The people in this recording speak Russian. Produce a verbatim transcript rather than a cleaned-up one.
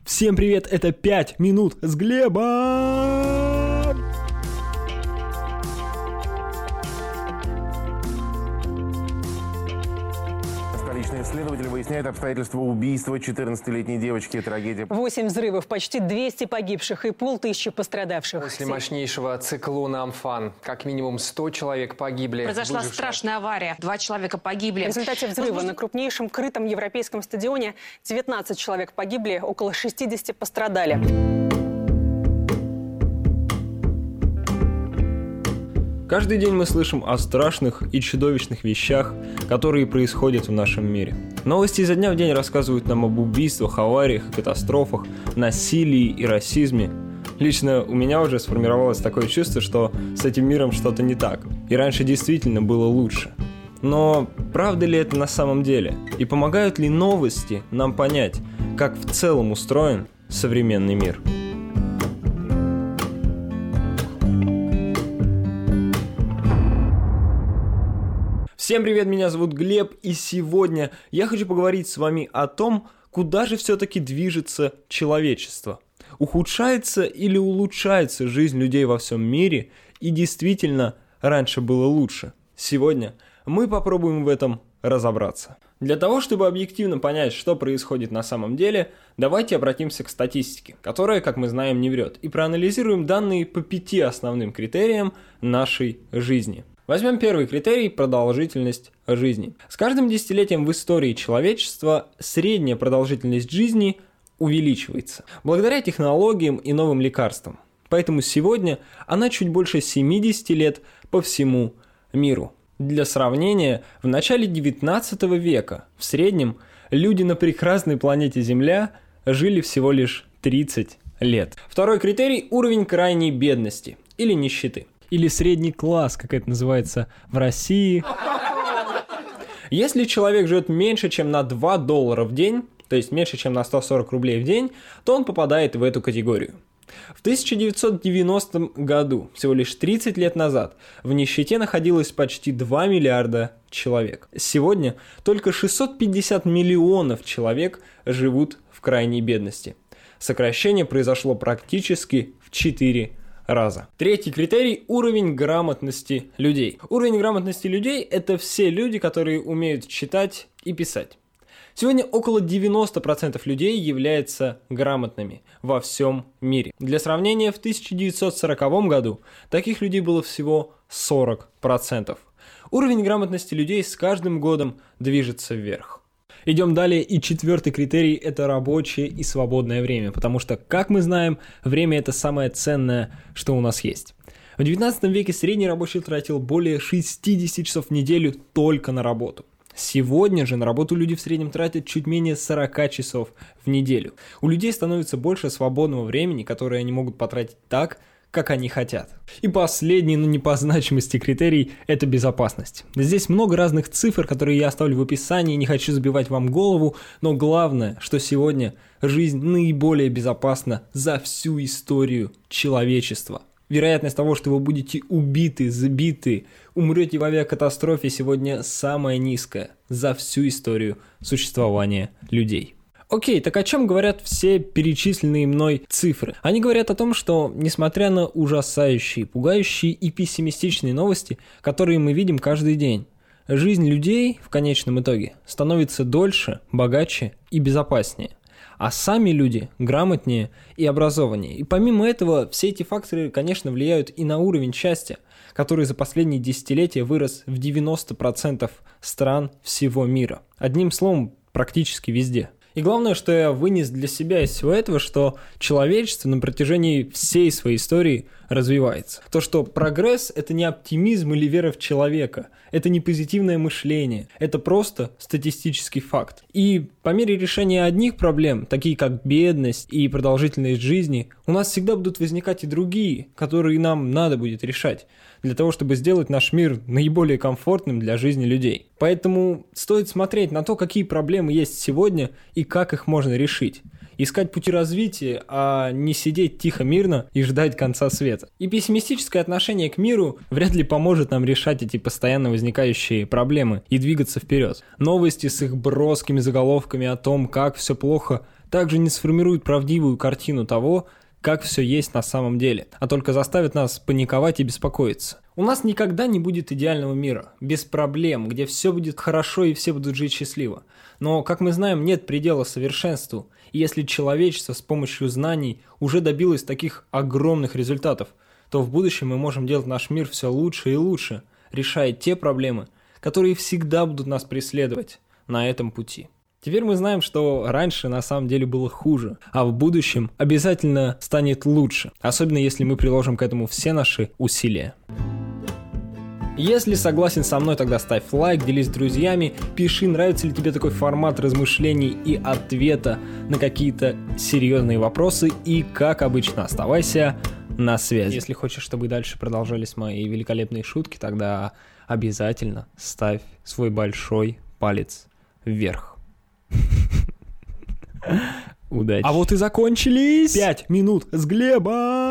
Всем привет, это пять минут с Глебом! Столичный следователь выясняет обстоятельства убийства четырнадцатилетней девочки. Трагедия. Восемь взрывов, почти двести погибших и полтысячи пострадавших. После мощнейшего циклона Амфан как минимум сто человек погибли. Произошла Выживших... страшная авария. Два человека погибли. В результате взрыва Возможно... на крупнейшем крытом европейском стадионе девятнадцать человек погибли, около шестьдесят пострадали. Каждый день мы слышим о страшных и чудовищных вещах, которые происходят в нашем мире. Новости изо дня в день рассказывают нам об убийствах, авариях и катастрофах, насилии и расизме. Лично у меня уже сформировалось такое чувство, что с этим миром что-то не так, и раньше действительно было лучше. Но правда ли это на самом деле? И помогают ли новости нам понять, как в целом устроен современный мир? Всем привет, меня зовут Глеб, и сегодня я хочу поговорить с вами о том, куда же все-таки движется человечество. Ухудшается или улучшается жизнь людей во всем мире, и действительно раньше было лучше. Сегодня мы попробуем в этом разобраться. Для того, чтобы объективно понять, что происходит на самом деле, давайте обратимся к статистике, которая, как мы знаем, не врет, и проанализируем данные по пяти основным критериям нашей жизни. Возьмем первый критерий – продолжительность жизни. С каждым десятилетием в истории человечества средняя продолжительность жизни увеличивается, благодаря технологиям и новым лекарствам. Поэтому сегодня она чуть больше семьдесят лет по всему миру. Для сравнения, в начале девятнадцатого века в среднем люди на прекрасной планете Земля жили всего лишь тридцать лет. Второй критерий – уровень крайней бедности или нищеты. Или средний класс, как это называется в России. Если человек живет меньше, чем на два доллара в день, то есть меньше, чем на сто сорок рублей в день, то он попадает в эту категорию. В тысяча девятьсот девяностом году, всего лишь тридцать лет назад, в нищете находилось почти два миллиарда человек. Сегодня только шестьсот пятьдесят миллионов человек живут в крайней бедности. Сокращение произошло практически в четыре раза. Третий критерий – уровень грамотности людей. Уровень грамотности людей – это все люди, которые умеют читать и писать. Сегодня около девяносто процентов людей являются грамотными во всем мире. Для сравнения, в тысяча девятьсот сороковом году таких людей было всего сорок процентов. Уровень грамотности людей с каждым годом движется вверх. Идем далее, и четвертый критерий – это рабочее и свободное время, потому что, как мы знаем, время – это самое ценное, что у нас есть. В девятнадцатом веке средний рабочий тратил более шестьдесят часов в неделю только на работу. Сегодня же на работу люди в среднем тратят чуть менее сорок часов в неделю. У людей становится больше свободного времени, которое они могут потратить так, как они хотят. И последний, но не по значимости критерий – это безопасность. Здесь много разных цифр, которые я оставлю в описании, не хочу забивать вам голову, но главное, что сегодня жизнь наиболее безопасна за всю историю человечества. Вероятность того, что вы будете убиты, забиты, умрете в авиакатастрофе, сегодня самая низкая за всю историю существования людей. Окей, так о чем говорят все перечисленные мной цифры? Они говорят о том, что, несмотря на ужасающие, пугающие и пессимистичные новости, которые мы видим каждый день, жизнь людей в конечном итоге становится дольше, богаче и безопаснее. А сами люди грамотнее и образованнее. И помимо этого, все эти факторы, конечно, влияют и на уровень счастья, который за последние десятилетия вырос в девяносто процентов стран всего мира. Одним словом, практически везде. И главное, что я вынес для себя из всего этого, что человечество на протяжении всей своей истории развивается. То, что прогресс – это не оптимизм или вера в человека, это не позитивное мышление, это просто статистический факт. И по мере решения одних проблем, такие как бедность и продолжительность жизни, у нас всегда будут возникать и другие, которые нам надо будет решать, для того, чтобы сделать наш мир наиболее комфортным для жизни людей. Поэтому стоит смотреть на то, какие проблемы есть сегодня и как их можно решить. искать пути развития, а не сидеть тихо мирно и ждать конца света. И пессимистическое отношение к миру вряд ли поможет нам решать эти постоянно возникающие проблемы и двигаться вперед. Новости с их броскими заголовками о том, как все плохо, также не сформируют правдивую картину того, как все есть на самом деле, а только заставят нас паниковать и беспокоиться. У нас никогда не будет идеального мира, без проблем, где все будет хорошо и все будут жить счастливо. Но, как мы знаем, нет предела совершенству, и если человечество с помощью знаний уже добилось таких огромных результатов, то в будущем мы можем делать наш мир все лучше и лучше, решая те проблемы, которые всегда будут нас преследовать на этом пути. Теперь мы знаем, что раньше на самом деле было хуже, а в будущем обязательно станет лучше, особенно если мы приложим к этому все наши усилия. Если согласен со мной, тогда ставь лайк, делись с друзьями, пиши, нравится ли тебе такой формат размышлений и ответа на какие-то серьезные вопросы, и, как обычно, оставайся на связи. Если хочешь, чтобы дальше продолжались мои великолепные шутки, тогда обязательно ставь свой большой палец вверх. Удачи. А вот и закончились пять минут с Глебом.